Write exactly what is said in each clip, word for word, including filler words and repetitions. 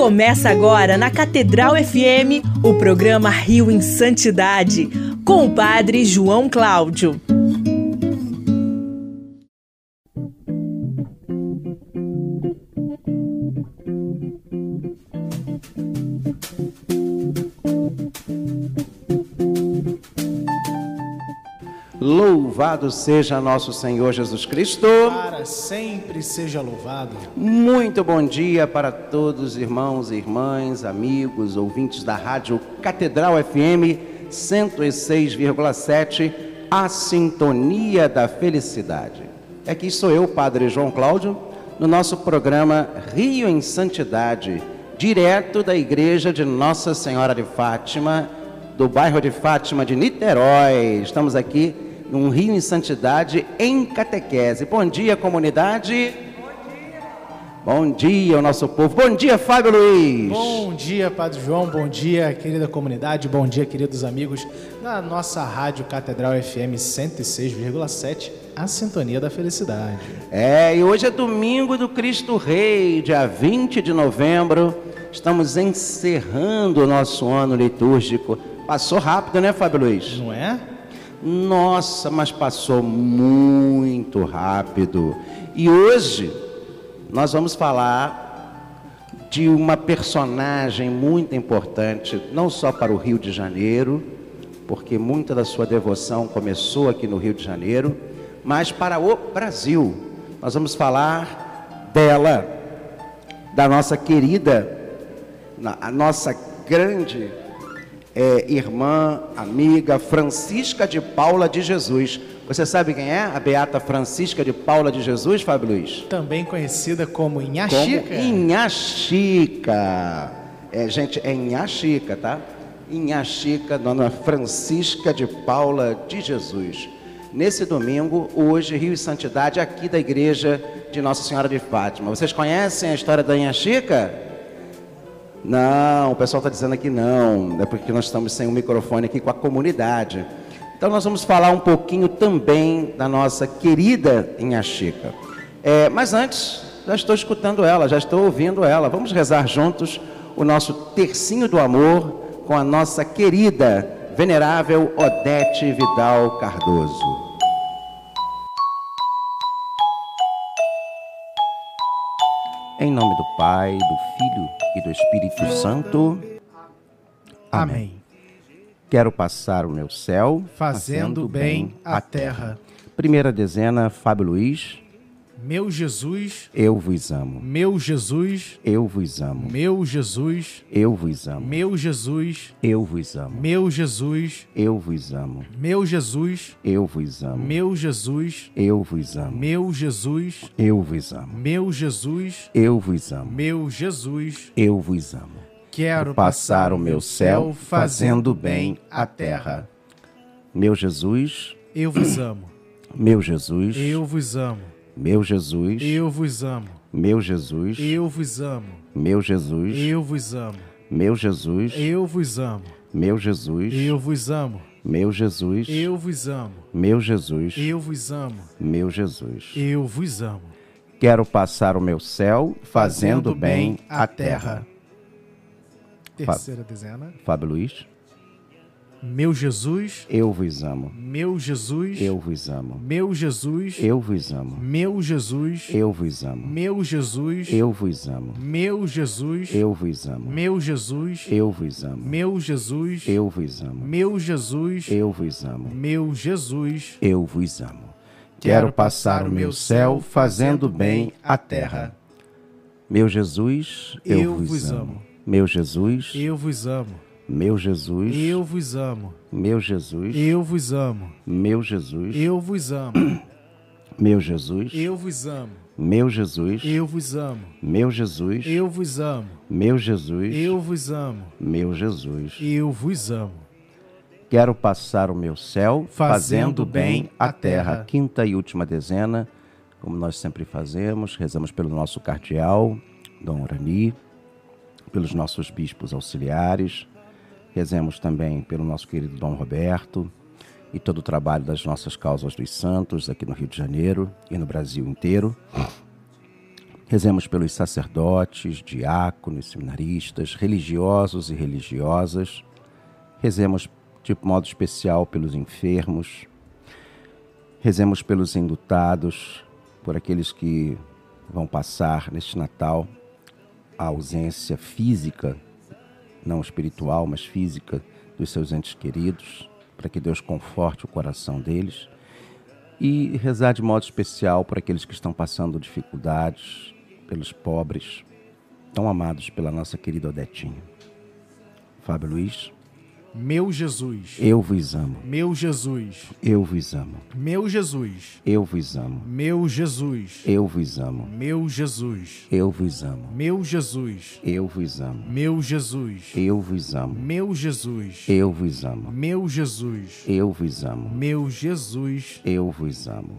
Começa agora na Catedral F M o programa Rio em Santidade, com o padre João Cláudio. Louvado seja nosso Senhor Jesus Cristo. Para sempre seja louvado. Muito bom dia para todos, irmãos e irmãs, amigos, ouvintes da rádio Catedral F M cento e seis vírgula sete, a sintonia da felicidade. Aqui sou eu, Padre João Cláudio, no nosso programa Rio em Santidade, direto da igreja de Nossa Senhora de Fátima, do bairro de Fátima de Niterói. Estamos aqui num Rio em Santidade em catequese. Bom dia, comunidade. Bom dia. Bom dia ao nosso povo. Bom dia, Fábio Luiz. Bom dia, Padre João. Bom dia, querida comunidade. Bom dia, queridos amigos da nossa rádio Catedral F M cento e seis vírgula sete, a sintonia da felicidade. É, e hoje é domingo do Cristo Rei, dia vinte de novembro. Estamos encerrando o nosso ano litúrgico. Passou rápido, né, Fábio Luiz? Não é? Nossa, mas passou muito rápido. E hoje nós vamos falar de uma personagem muito importante, não só para o Rio de Janeiro, porque muita da sua devoção começou aqui no Rio de Janeiro, mas para o Brasil. Nós vamos falar dela, da nossa querida, a nossa grande É, irmã, amiga Francisca de Paula de Jesus. Você sabe quem é a beata Francisca de Paula de Jesus, Fábio Luiz? Também conhecida como Inha Chica. Como Inha Chica. É, gente, é Inha Chica, tá? Inha Chica, dona Francisca de Paula de Jesus. Nesse domingo, hoje, Rio e Santidade, aqui da igreja de Nossa Senhora de Fátima. Vocês conhecem a história da Inha Chica? Não, o pessoal está dizendo aqui não, é porque nós estamos sem o microfone aqui com a comunidade. Então nós vamos falar um pouquinho também da nossa querida Inha Chica. É, mas antes, já estou escutando ela, já estou ouvindo ela. Vamos rezar juntos o nosso tercinho do amor com a nossa querida, venerável Odete Vidal Cardoso. Em nome do Pai, do Filho e do Espírito Santo. Amém. Amém. Quero passar o meu céu fazendo, fazendo bem a terra. Primeira dezena, Fábio Luiz. Meu Jesus, eu vos amo. Meu Jesus, eu vos amo. Meu Jesus, eu vos amo. Meu Jesus, eu vos amo. Meu Jesus, eu vos amo. Meu Jesus, eu vos amo. Meu Jesus, eu vos amo. Meu Jesus, eu vos amo. Meu Jesus, eu vos amo. Meu Jesus, eu vos amo. Quero passar o meu céu fazendo bem a terra. Meu Jesus, eu vos amo. Meu Jesus, eu vos amo. Meu Jesus, eu vos amo. Meu Jesus, eu vos amo. Meu Jesus, eu vos amo. Meu Jesus, eu vos amo. Meu Jesus, eu vos amo. Meu Jesus, eu vos amo. Meu Jesus, eu vos amo. Meu Jesus, eu vos amo. Quero passar o meu céu fazendo, fazendo bem a terra. Terceira dezena. Fábio Luiz. Meu Jesus, eu vos amo. Meu Jesus, eu vos amo. Meu Jesus, eu vos amo. Meu Jesus, eu vos amo. Meu Jesus, eu vos amo. Meu Jesus, eu vos amo. Meu Jesus, eu vos amo. Meu Jesus, eu vos amo. Meu Jesus, eu vos amo. Meu Jesus, eu vos amo. Quero passar o meu céu fazendo bem a terra. Meu Jesus, eu, eu vos, vos amo. amo. Meu Jesus, eu vos amo. Meu Jesus, eu vos amo. Meu Jesus, eu vos amo. Meu Jesus, eu vos amo. Meu Jesus, eu vos amo. Meu Jesus, eu vos amo. Meu Jesus, eu vos amo. Meu Jesus, eu vos amo. Meu Jesus, eu vos amo. Quero passar o meu céu fazendo, fazendo bem a terra. Quinta e última dezena, como nós sempre fazemos, rezamos pelo nosso cardeal, Dom Urani, pelos nossos bispos auxiliares. Rezemos também pelo nosso querido Dom Roberto e todo o trabalho das nossas causas dos santos aqui no Rio de Janeiro e no Brasil inteiro. Rezemos pelos sacerdotes, diáconos, seminaristas, religiosos e religiosas. Rezemos de modo especial pelos enfermos. Rezemos pelos enlutados, por aqueles que vão passar neste Natal a ausência física, não espiritual, mas física, dos seus entes queridos, para que Deus conforte o coração deles. E rezar de modo especial por aqueles que estão passando dificuldades, pelos pobres, tão amados pela nossa querida Odetinha. Fábio Luiz. Meu Jesus. Eu vos amo. Meu Jesus. Eu vos amo. Meu Jesus. Eu vos amo. Meu Jesus. Eu vos amo. Meu Jesus. Eu vos amo. Meu Jesus. Eu vos amo. Meu Jesus. Eu vos amo. Meu Jesus. Eu vos amo. Meu Jesus. Eu vos amo. Meu Jesus. Eu vos amo.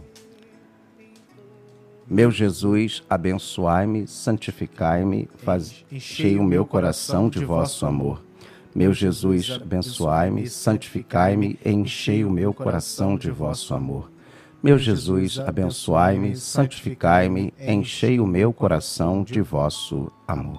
Meu Jesus, abençoai-me, santificai-me, fazei o meu coração de vosso amor. Meu Jesus, abençoai-me, santificai-me, enchei o meu coração de vosso amor. Meu Jesus, abençoai-me, santificai-me, enchei o meu coração de vosso amor.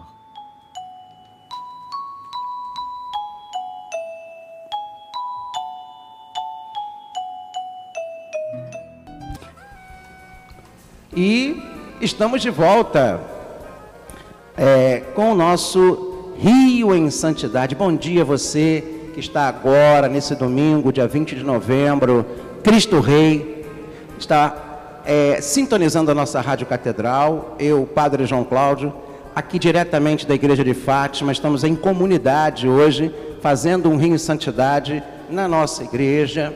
E estamos de volta é, com o nosso Rio em Santidade. Bom dia você que está agora, nesse domingo, dia vinte de novembro, Cristo Rei, está é, sintonizando a nossa Rádio Catedral. Eu, Padre João Cláudio, aqui diretamente da Igreja de Fátima, estamos em comunidade hoje, fazendo um Rio em Santidade na nossa igreja,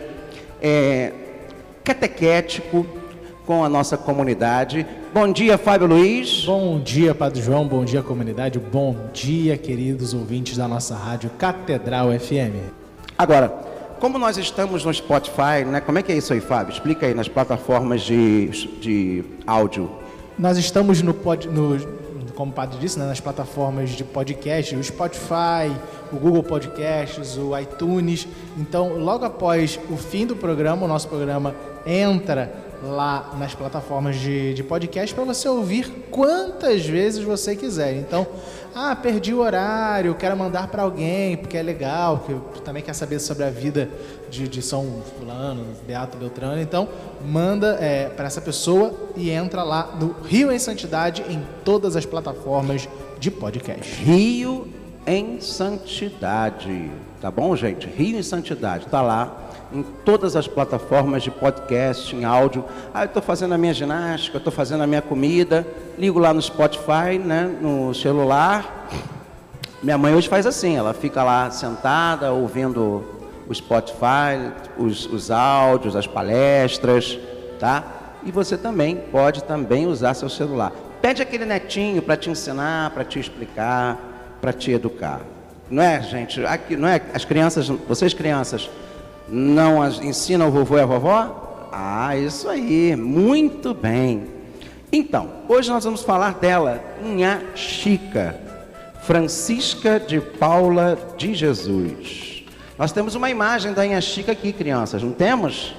é, catequético, com a nossa comunidade. Bom dia, Fábio Luiz. Bom dia, Padre João. Bom dia, comunidade. Bom dia, queridos ouvintes da nossa rádio Catedral F M. Agora, como nós estamos no Spotify, né? Como é que é isso aí, Fábio? Explica aí nas plataformas de, de áudio. Nós estamos no, pod, no como o Padre disse, né, nas plataformas de podcast, o Spotify, o Google Podcasts, o iTunes. Então, logo após o fim do programa, o nosso programa entra lá nas plataformas de, de podcast para você ouvir quantas vezes você quiser. Então, ah, perdi o horário, quero mandar para alguém, porque é legal, porque também quer saber sobre a vida de, de São Fulano, Beato Beltrano. Então, manda é, para essa pessoa e entra lá no Rio em Santidade em todas as plataformas de podcast. Rio em Santidade, tá bom, gente? Rio em Santidade, tá lá em todas as plataformas de podcast, em áudio. Ah, eu estou fazendo a minha ginástica, eu estou fazendo a minha comida, ligo lá no Spotify, né, no celular. Minha mãe hoje faz assim, ela fica lá sentada, ouvindo o Spotify, os, os áudios, as palestras, tá? E você também pode também usar seu celular. Pede aquele netinho para te ensinar, para te explicar, para te educar. Não é, gente? Aqui, não é? As crianças, vocês crianças, não as ensinam o vovô e a vovó? Ah, isso aí, muito bem. Então, hoje nós vamos falar dela, Inhá Chica, Francisca de Paula de Jesus. Nós temos uma imagem da Inhá Chica aqui, crianças, não temos?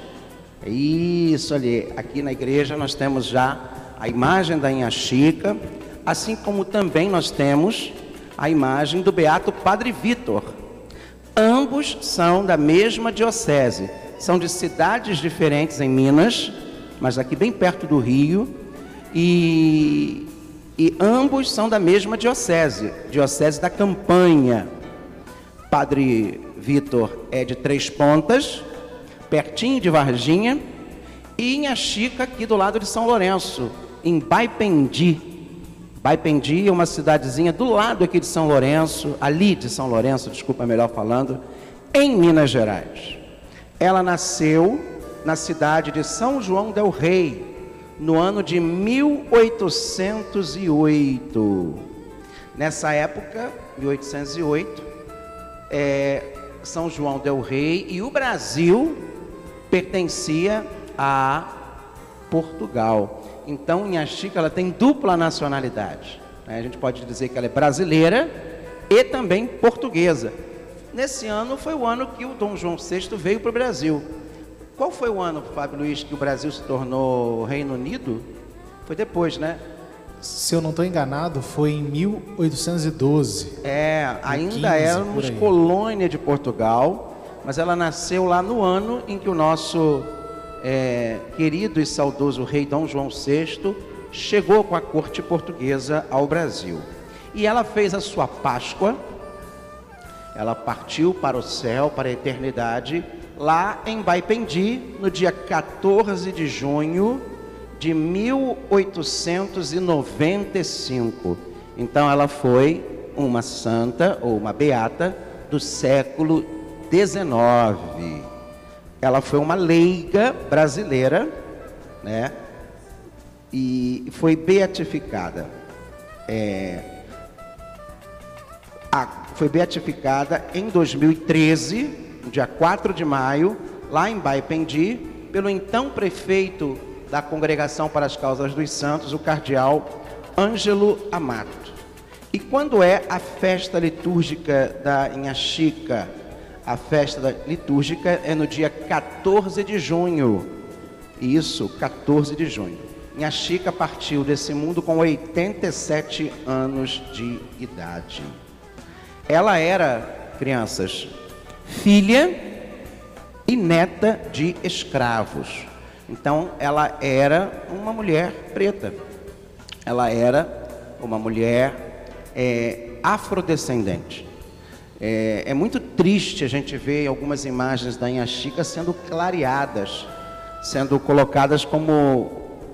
Isso ali, aqui na igreja nós temos já a imagem da Inhá Chica, assim como também nós temos a imagem do Beato Padre Vítor. Ambos são da mesma diocese, são de cidades diferentes em Minas, mas aqui bem perto do Rio, e, e ambos são da mesma diocese, diocese da Campanha. Padre Vítor é de Três Pontas, pertinho de Varginha, e Inhá Chica aqui do lado de São Lourenço, em Baipendi. Baipendi é uma cidadezinha do lado aqui de São Lourenço, ali de São Lourenço, desculpa, melhor falando, em Minas Gerais. Ela nasceu na cidade de São João del Rei, no ano de mil oitocentos e oito. Nessa época, mil oitocentos e oito, é, São João del Rei e o Brasil pertencia a Portugal. Então, Inhá Chica, ela tem dupla nacionalidade. A gente pode dizer que ela é brasileira e também portuguesa. Nesse ano foi o ano que o Dom João sexto veio para o Brasil. Qual foi o ano, Fábio Luiz, que o Brasil se tornou Reino Unido? Foi depois, né? se eu não estou enganado, foi em mil oitocentos e doze. É, ainda quinze, éramos por aí. colônia de Portugal, mas ela nasceu lá no ano em que o nosso é, querido e saudoso rei Dom João sexto chegou com a corte portuguesa ao Brasil. E ela fez a sua Páscoa, ela partiu para o céu, para a eternidade, lá em Baipendi, no dia quatorze de junho de mil oitocentos e noventa e cinco. Então ela foi uma santa ou uma beata do século dezenove. Ela foi uma leiga brasileira, né? E foi beatificada. É, a, foi beatificada em dois mil e treze, no dia quatro de maio, lá em Baipendi, pelo então prefeito da Congregação para as Causas dos Santos, o cardeal Ângelo Amato. E quando é a festa litúrgica da Inhaxica? A festa da, litúrgica é no dia quatorze de junho. Isso, quatorze de junho. Inhaxica partiu desse mundo com oitenta e sete anos de idade. Ela era, crianças, filha e neta de escravos. Então, ela era uma mulher preta. Ela era uma mulher é, afrodescendente. É, é muito triste a gente ver algumas imagens da Inhaxica sendo clareadas, sendo colocadas como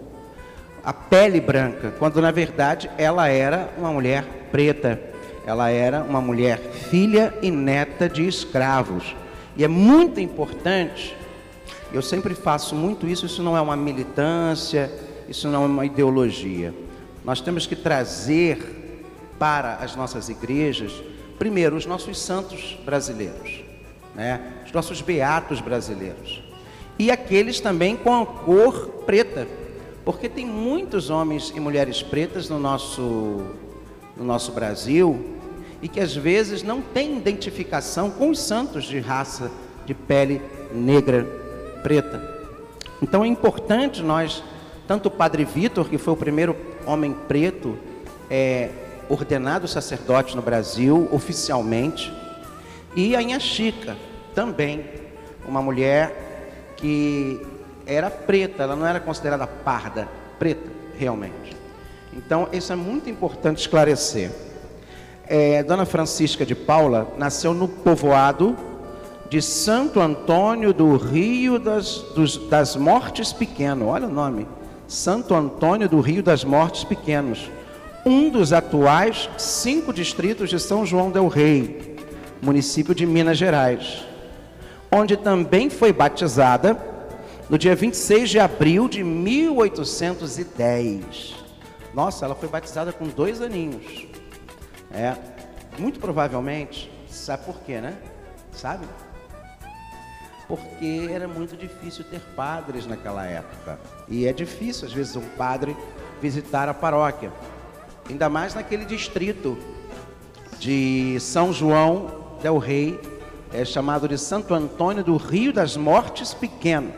a pele branca, quando na verdade ela era uma mulher preta. Ela era uma mulher filha e neta de escravos. E é muito importante, eu sempre faço muito isso, isso não é uma militância, isso não é uma ideologia. Nós temos que trazer para as nossas igrejas, primeiro, os nossos santos brasileiros, né? Os nossos beatos brasileiros. E aqueles também com a cor preta, porque tem muitos homens e mulheres pretas no nosso, no nosso Brasil, e que às vezes não têm identificação com os santos de raça, de pele negra, preta. Então é importante nós, tanto o Padre Vitor, que foi o primeiro homem preto é, ordenado sacerdote no Brasil, oficialmente, e a Inhaxica, também, uma mulher que era preta, ela não era considerada parda, preta, realmente. Então, isso é muito importante esclarecer. É, Dona Francisca de Paula nasceu no povoado de Santo Antônio do Rio das, dos, das Mortes Pequeno, olha o nome, Santo Antônio do Rio das Mortes Pequenos, um dos atuais cinco distritos de São João del Rei, município de Minas Gerais, onde também foi batizada no dia vinte e seis de abril de mil oitocentos e dez. Nossa, ela foi batizada com dois aninhos. É, muito provavelmente, sabe por quê, né? Sabe? Porque era muito difícil ter padres naquela época. E é difícil, às vezes, um padre visitar a paróquia. Ainda mais naquele distrito de São João del Rei, é chamado de Santo Antônio do Rio das Mortes Pequeno.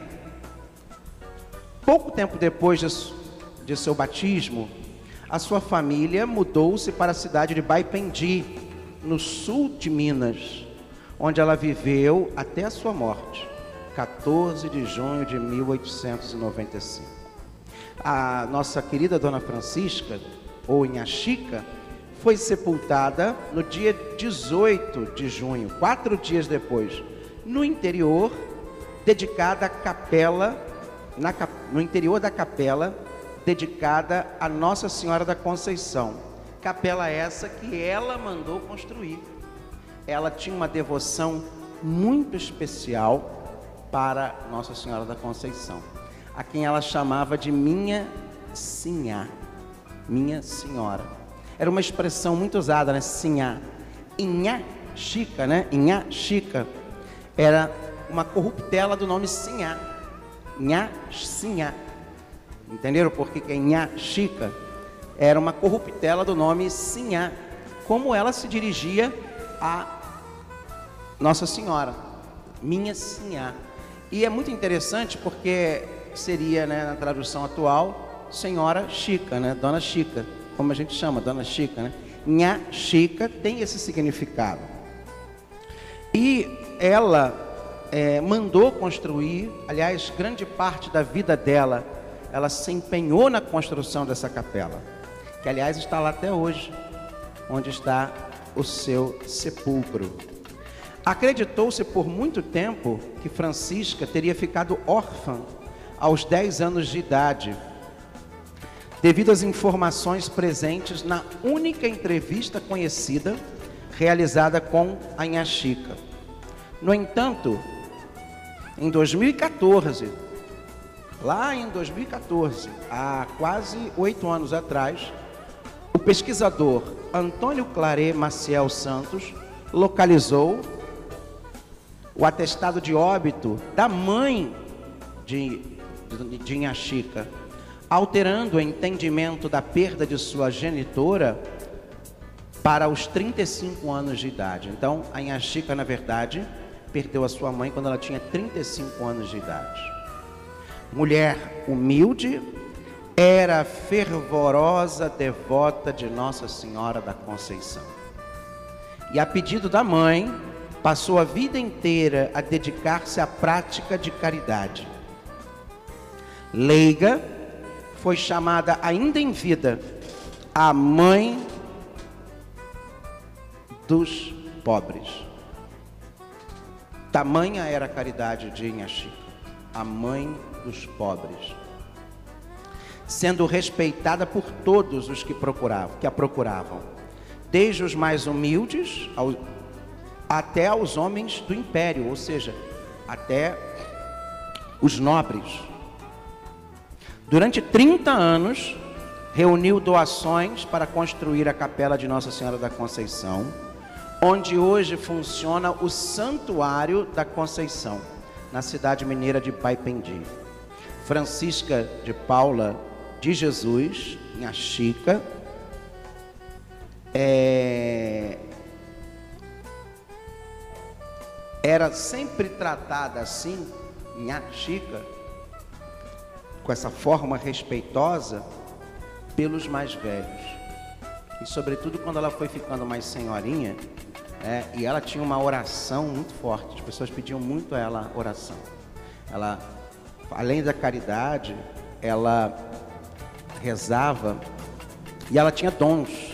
Pouco tempo depois de, de seu batismo, a sua família mudou-se para a cidade de Baipendi, no sul de Minas, onde ela viveu até a sua morte, quatorze de junho de mil oitocentos e noventa e cinco. A nossa querida Dona Francisca, ou Inhaxica, foi sepultada no dia dezoito de junho, quatro dias depois, no interior, dedicada à capela, na, no interior da capela, dedicada a Nossa Senhora da Conceição. Capela essa que ela mandou construir. Ela tinha uma devoção muito especial para Nossa Senhora da Conceição, a quem ela chamava de minha sinhá, minha senhora. Era uma expressão muito usada, né? Sinhá. Inhaxica, né? Inhaxica era uma corruptela do nome Sinhá. Inhaxinhá. Entenderam por que que é Inhaxica? Era uma corruptela do nome Sinhá, como ela se dirigia a Nossa Senhora, minha Sinhá. E é muito interessante porque seria, né, na tradução atual, Senhora Chica, né, Dona Chica. como a gente chama, Dona Chica, né? Nha Chica tem esse significado. E ela é, mandou construir, aliás, grande parte da vida dela, ela se empenhou na construção dessa capela, que aliás está lá até hoje, onde está o seu sepulcro. Acreditou-se por muito tempo que Francisca teria ficado órfã aos dez anos de idade, devido às informações presentes na única entrevista conhecida realizada com a Nha Chica. No entanto, em dois mil e quatorze, lá em dois mil e quatorze, há quase oito anos atrás, o pesquisador Antônio Claret Maciel Santos localizou o atestado de óbito da mãe de, de, de Nha Chica, alterando o entendimento da perda de sua genitora para os trinta e cinco anos de idade. Então, a Nha Chica, na verdade, perdeu a sua mãe quando ela tinha trinta e cinco anos de idade. Mulher humilde, era fervorosa devota de Nossa Senhora da Conceição. E a pedido da mãe, passou a vida inteira a dedicar-se à prática de caridade. Leiga, foi chamada ainda em vida a mãe dos pobres. Tamanha era a caridade de Nha Chica, a mãe dos pobres, sendo respeitada por todos os que procuravam, que a procuravam, desde os mais humildes ao, até aos homens do império, ou seja, até os nobres. Durante trinta anos, reuniu doações para construir a capela de Nossa Senhora da Conceição, onde hoje funciona o Santuário da Conceição, na cidade mineira de Baipendi. Francisca de Paula de Jesus, Nha Chica, é... era sempre tratada assim, Nha Chica, com essa forma respeitosa, pelos mais velhos. E sobretudo quando ela foi ficando mais senhorinha, é, e ela tinha uma oração muito forte, as pessoas pediam muito a ela oração. Ela, além da caridade, ela rezava e ela tinha dons,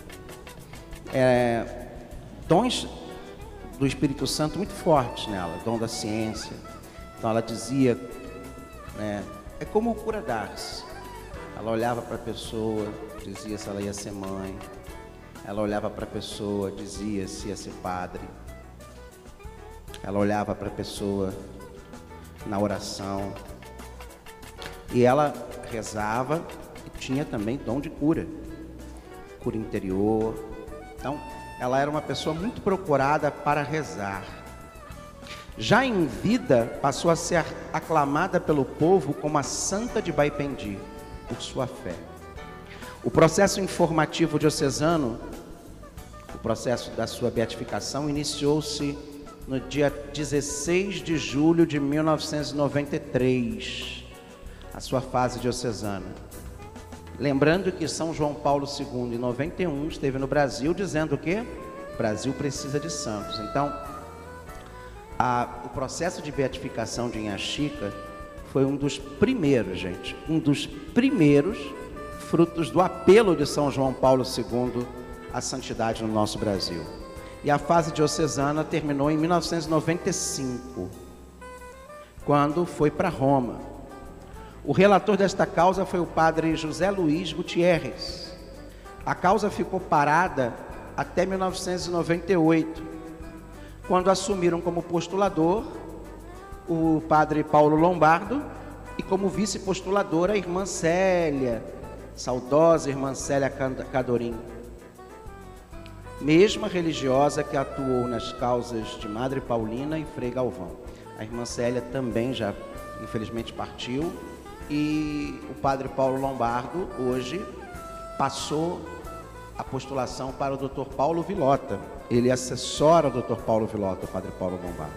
é, dons do Espírito Santo muito fortes nela, dom da ciência. Então ela dizia, né, é como o cura d'Ars. Ela olhava para a pessoa, dizia se ela ia ser mãe. Ela olhava para a pessoa, dizia se ia ser padre. Ela olhava para a pessoa na oração. E ela rezava e tinha também dom de cura, cura interior. Então, ela era uma pessoa muito procurada para rezar. Já em vida, passou a ser aclamada pelo povo como a Santa de Baipendi, por sua fé. O processo informativo diocesano, o processo da sua beatificação, iniciou-se no dia dezesseis de julho de mil novecentos e noventa e três, a sua fase diocesana. Lembrando que São João Paulo segundo, em noventa e um, esteve no Brasil dizendo que o Brasil precisa de santos. Então, a, o processo de beatificação de Nha Chica foi um dos primeiros, gente, um dos primeiros frutos do apelo de São João Paulo segundo à santidade no nosso Brasil. E a fase diocesana terminou em mil novecentos e noventa e cinco, quando foi para Roma. O relator desta causa foi o padre José Luiz Gutierrez. A causa ficou parada até mil novecentos e noventa e oito, quando assumiram como postulador o padre Paulo Lombardo e como vice-postuladora a irmã Célia, saudosa irmã Célia Cadorim, mesma religiosa que atuou nas causas de Madre Paulina e Frei Galvão. A irmã Célia também já infelizmente partiu, e o padre Paulo Lombardo hoje passou a postulação para o doutor Paulo Vilota. Ele assessora o doutor Paulo Vilota, o padre Paulo Lombardo.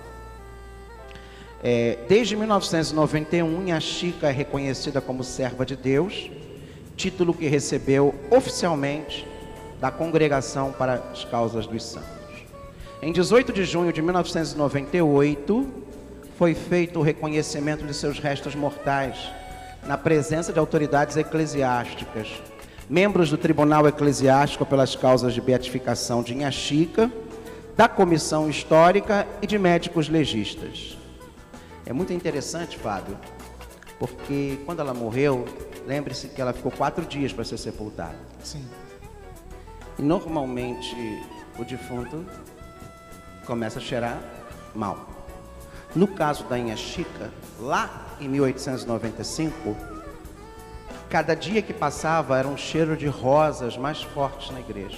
É, desde mil novecentos e noventa e um, Nha Chica é reconhecida como serva de Deus título que recebeu oficialmente da Congregação para as Causas dos Santos. Em dezoito de junho de mil novecentos e noventa e oito, foi feito o reconhecimento de seus restos mortais, na presença de autoridades eclesiásticas, membros do Tribunal Eclesiástico pelas Causas de Beatificação de Inhaxica, da Comissão Histórica e de médicos legistas. É muito interessante, Fábio, porque quando ela morreu, lembre-se que ela ficou quatro dias para ser sepultada. Sim. E normalmente o defunto começa a cheirar mal. No caso da Inhaxica, lá em mil oitocentos e noventa e cinco, cada dia que passava era um cheiro de rosas mais fortes na igreja.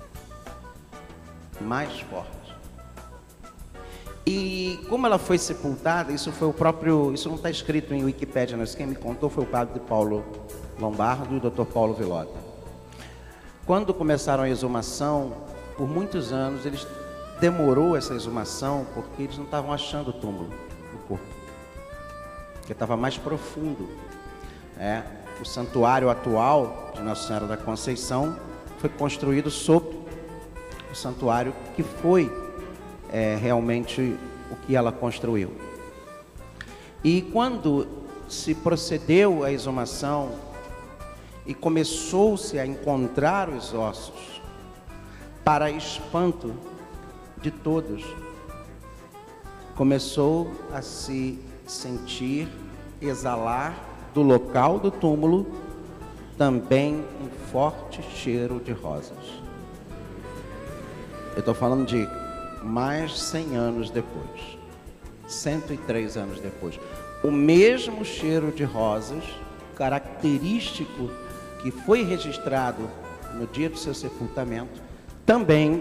Mais forte. E como ela foi sepultada, isso foi o próprio, isso não está escrito em Wikipédia, mas quem me contou foi o padre Paulo Lombardo e o doutor Paulo Vilota. Quando começaram a exumação, por muitos anos, eles demorou essa exumação porque eles não estavam achando o túmulo do corpo, porque estava mais profundo. É, o santuário atual de Nossa Senhora da Conceição foi construído sobre o santuário que foi é, realmente o que ela construiu. E quando se procedeu à exumação e começou-se a encontrar os ossos, para espanto de todos, começou a se sentir, exalar do local do túmulo também um forte cheiro de rosas. Eu estou falando de mais cem anos depois, cento e três anos depois. O mesmo cheiro de rosas, característico, que foi registrado no dia do seu sepultamento, também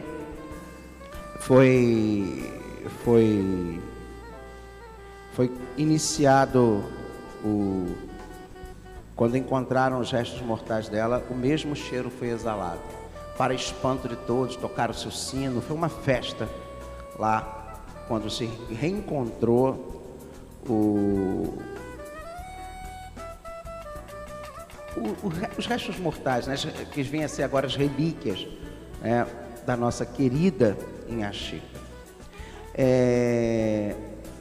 foi, foi, foi iniciado, o, quando encontraram os restos mortais dela, o mesmo cheiro foi exalado. Para espanto de todos, tocaram-se o sino, foi uma festa lá, quando se reencontrou o, o, o, os restos mortais, né, que vêm a ser agora as relíquias, né, da nossa querida Inhaxica. É,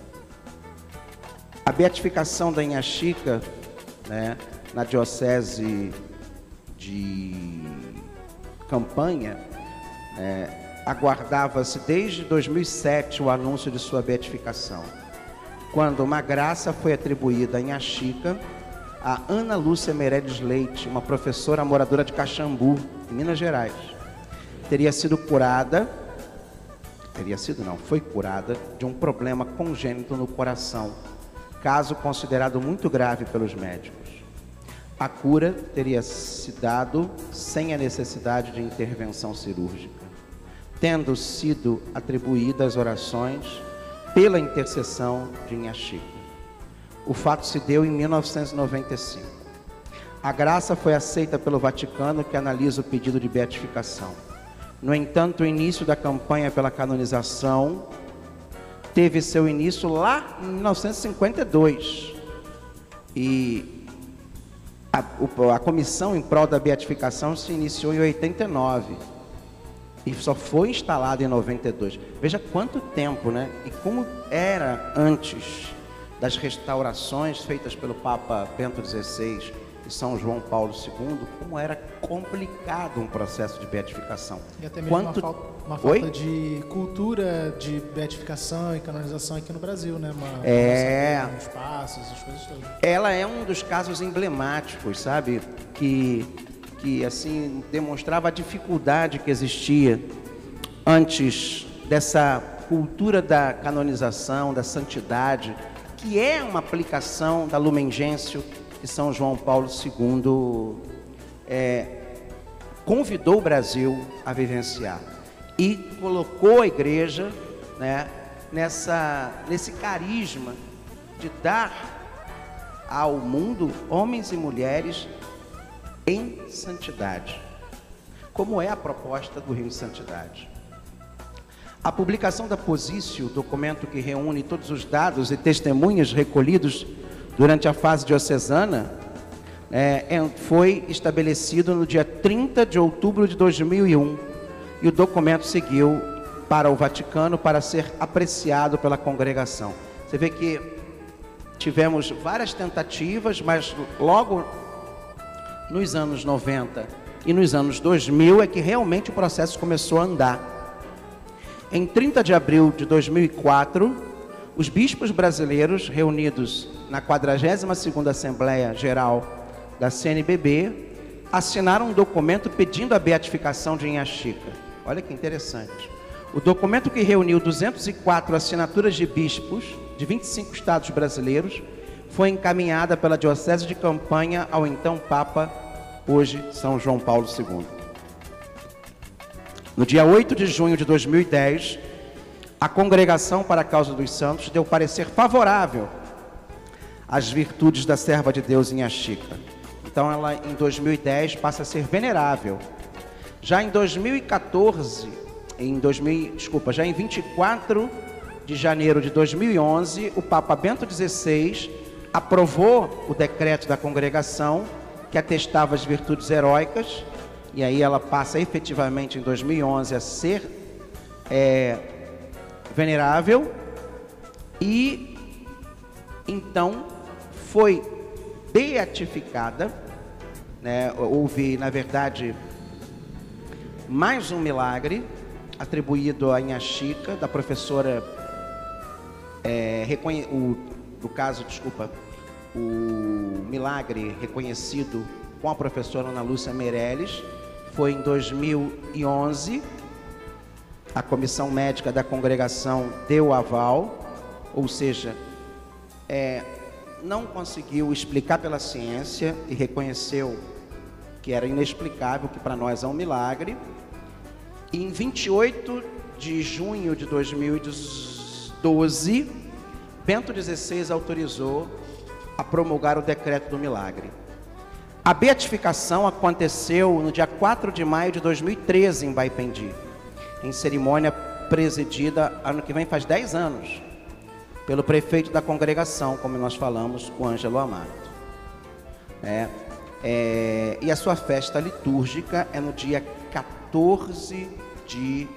a beatificação da Inhaxica, né, na diocese de Campanha, é, aguardava-se desde dois mil e sete o anúncio de sua beatificação, quando uma graça foi atribuída a Inhaxica a Ana Lúcia Meirelles Leite, uma professora moradora de Caxambu, em Minas Gerais. Teria sido curada, teria sido não, foi curada de um problema congênito no coração, caso considerado muito grave pelos médicos. A cura teria se dado sem a necessidade de intervenção cirúrgica, tendo sido atribuídas orações pela intercessão de Inhaxica. O fato se deu em mil novecentos e noventa e cinco. A graça foi aceita pelo Vaticano, que analisa o pedido de beatificação. No entanto, o início da campanha pela canonização teve seu início lá em mil novecentos e cinquenta e dois. E a, a comissão em prol da beatificação se iniciou em oitenta e nove. E só foi instalada em noventa e dois. Veja quanto tempo, né? E como era antes das restaurações feitas pelo Papa Bento dezesseis e São João Paulo segundo, como era complicado um processo de beatificação. E até mesmo Quanto... uma, falta, uma falta de cultura de beatificação e canonização aqui no Brasil, né? Uma, é... uma os passos, as coisas todas. Ela é um dos casos emblemáticos, sabe? Que, que assim, demonstrava a dificuldade que existia antes dessa cultura da canonização, da santidade, que é uma aplicação da Lumen Gentium que São João Paulo segundo é, convidou o Brasil a vivenciar e colocou a igreja, né, nessa, nesse carisma de dar ao mundo homens e mulheres em santidade, como é a proposta do Rio de Santidade. A publicação da Positio, documento que reúne todos os dados e testemunhas recolhidos durante a fase diocesana, é, é, foi estabelecido no dia trinta de outubro de dois mil e um e o documento seguiu para o Vaticano para ser apreciado pela congregação. Você vê que tivemos várias tentativas, mas logo nos anos noventa e nos anos dois mil é que realmente o processo começou a andar. Em trinta de abril de dois mil e quatro, os bispos brasileiros reunidos na quadragésima segunda Assembleia Geral da C N B B assinaram um documento pedindo a beatificação de Inha Chica. Olha que interessante. O documento, que reuniu duzentas e quatro assinaturas de bispos de vinte e cinco estados brasileiros, foi encaminhada pela Diocese de Campanha ao então Papa, hoje São João Paulo segundo. No dia oito de junho de dois mil e dez, a Congregação para a Causa dos Santos deu parecer favorável às virtudes da serva de Deus Inha Chica. Então ela, em dois mil e dez, passa a ser venerável. Já em dois mil e quatorze, em dois mil, desculpa, já em vinte e quatro de janeiro de dois mil e onze, o Papa Bento dezesseis aprovou o decreto da congregação que atestava as virtudes heróicas, e aí ela passa efetivamente em dois mil e onze a ser é, venerável, e então foi beatificada, né? Houve, na verdade, mais um milagre atribuído a Inha Chica, da professora, é, reconhe... o, no caso, desculpa, o milagre reconhecido com a professora Ana Lúcia Meirelles, foi em dois mil e onze, a comissão médica da congregação deu aval, ou seja, é, não conseguiu explicar pela ciência e reconheceu que era inexplicável, que para nós é um milagre. E em vinte e oito de junho de dois mil e doze, Bento dezesseis autorizou a promulgar o decreto do milagre. A beatificação aconteceu no dia quatro de maio de dois mil e treze em Baipendi, em cerimônia presidida, ano que vem faz dez anos, pelo prefeito da congregação, como nós falamos, o Ângelo Amato. É, é, e a sua festa litúrgica é no dia quatorze de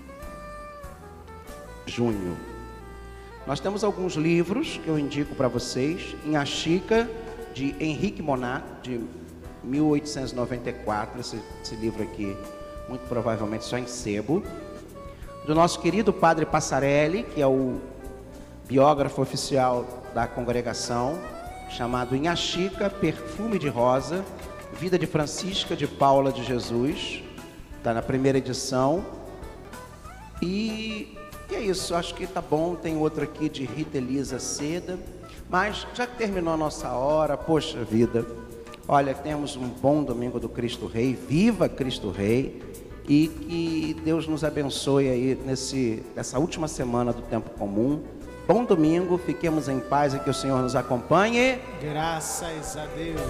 junho. Nós temos alguns livros que eu indico para vocês. Inha Chica, de Henrique Monat, de mil oitocentos e noventa e quatro, esse, esse livro aqui, muito provavelmente só em sebo. Do nosso querido Padre Passarelli, que é o biógrafo oficial da congregação, chamado Inha Chica, Perfume de Rosa, Vida de Francisca de Paula de Jesus, está na primeira edição. E, e é isso, acho que tá bom. Tem outro aqui de Rita Elisa Seda, mas já que terminou a nossa hora, poxa vida, olha, temos um bom domingo do Cristo Rei, viva Cristo Rei, e que Deus nos abençoe aí nesse, nessa última semana do tempo comum. Bom domingo, fiquemos em paz e que o Senhor nos acompanhe. Graças a Deus.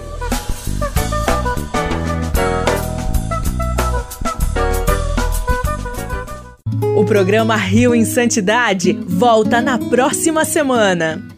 O programa Rio em Santidade volta na próxima semana.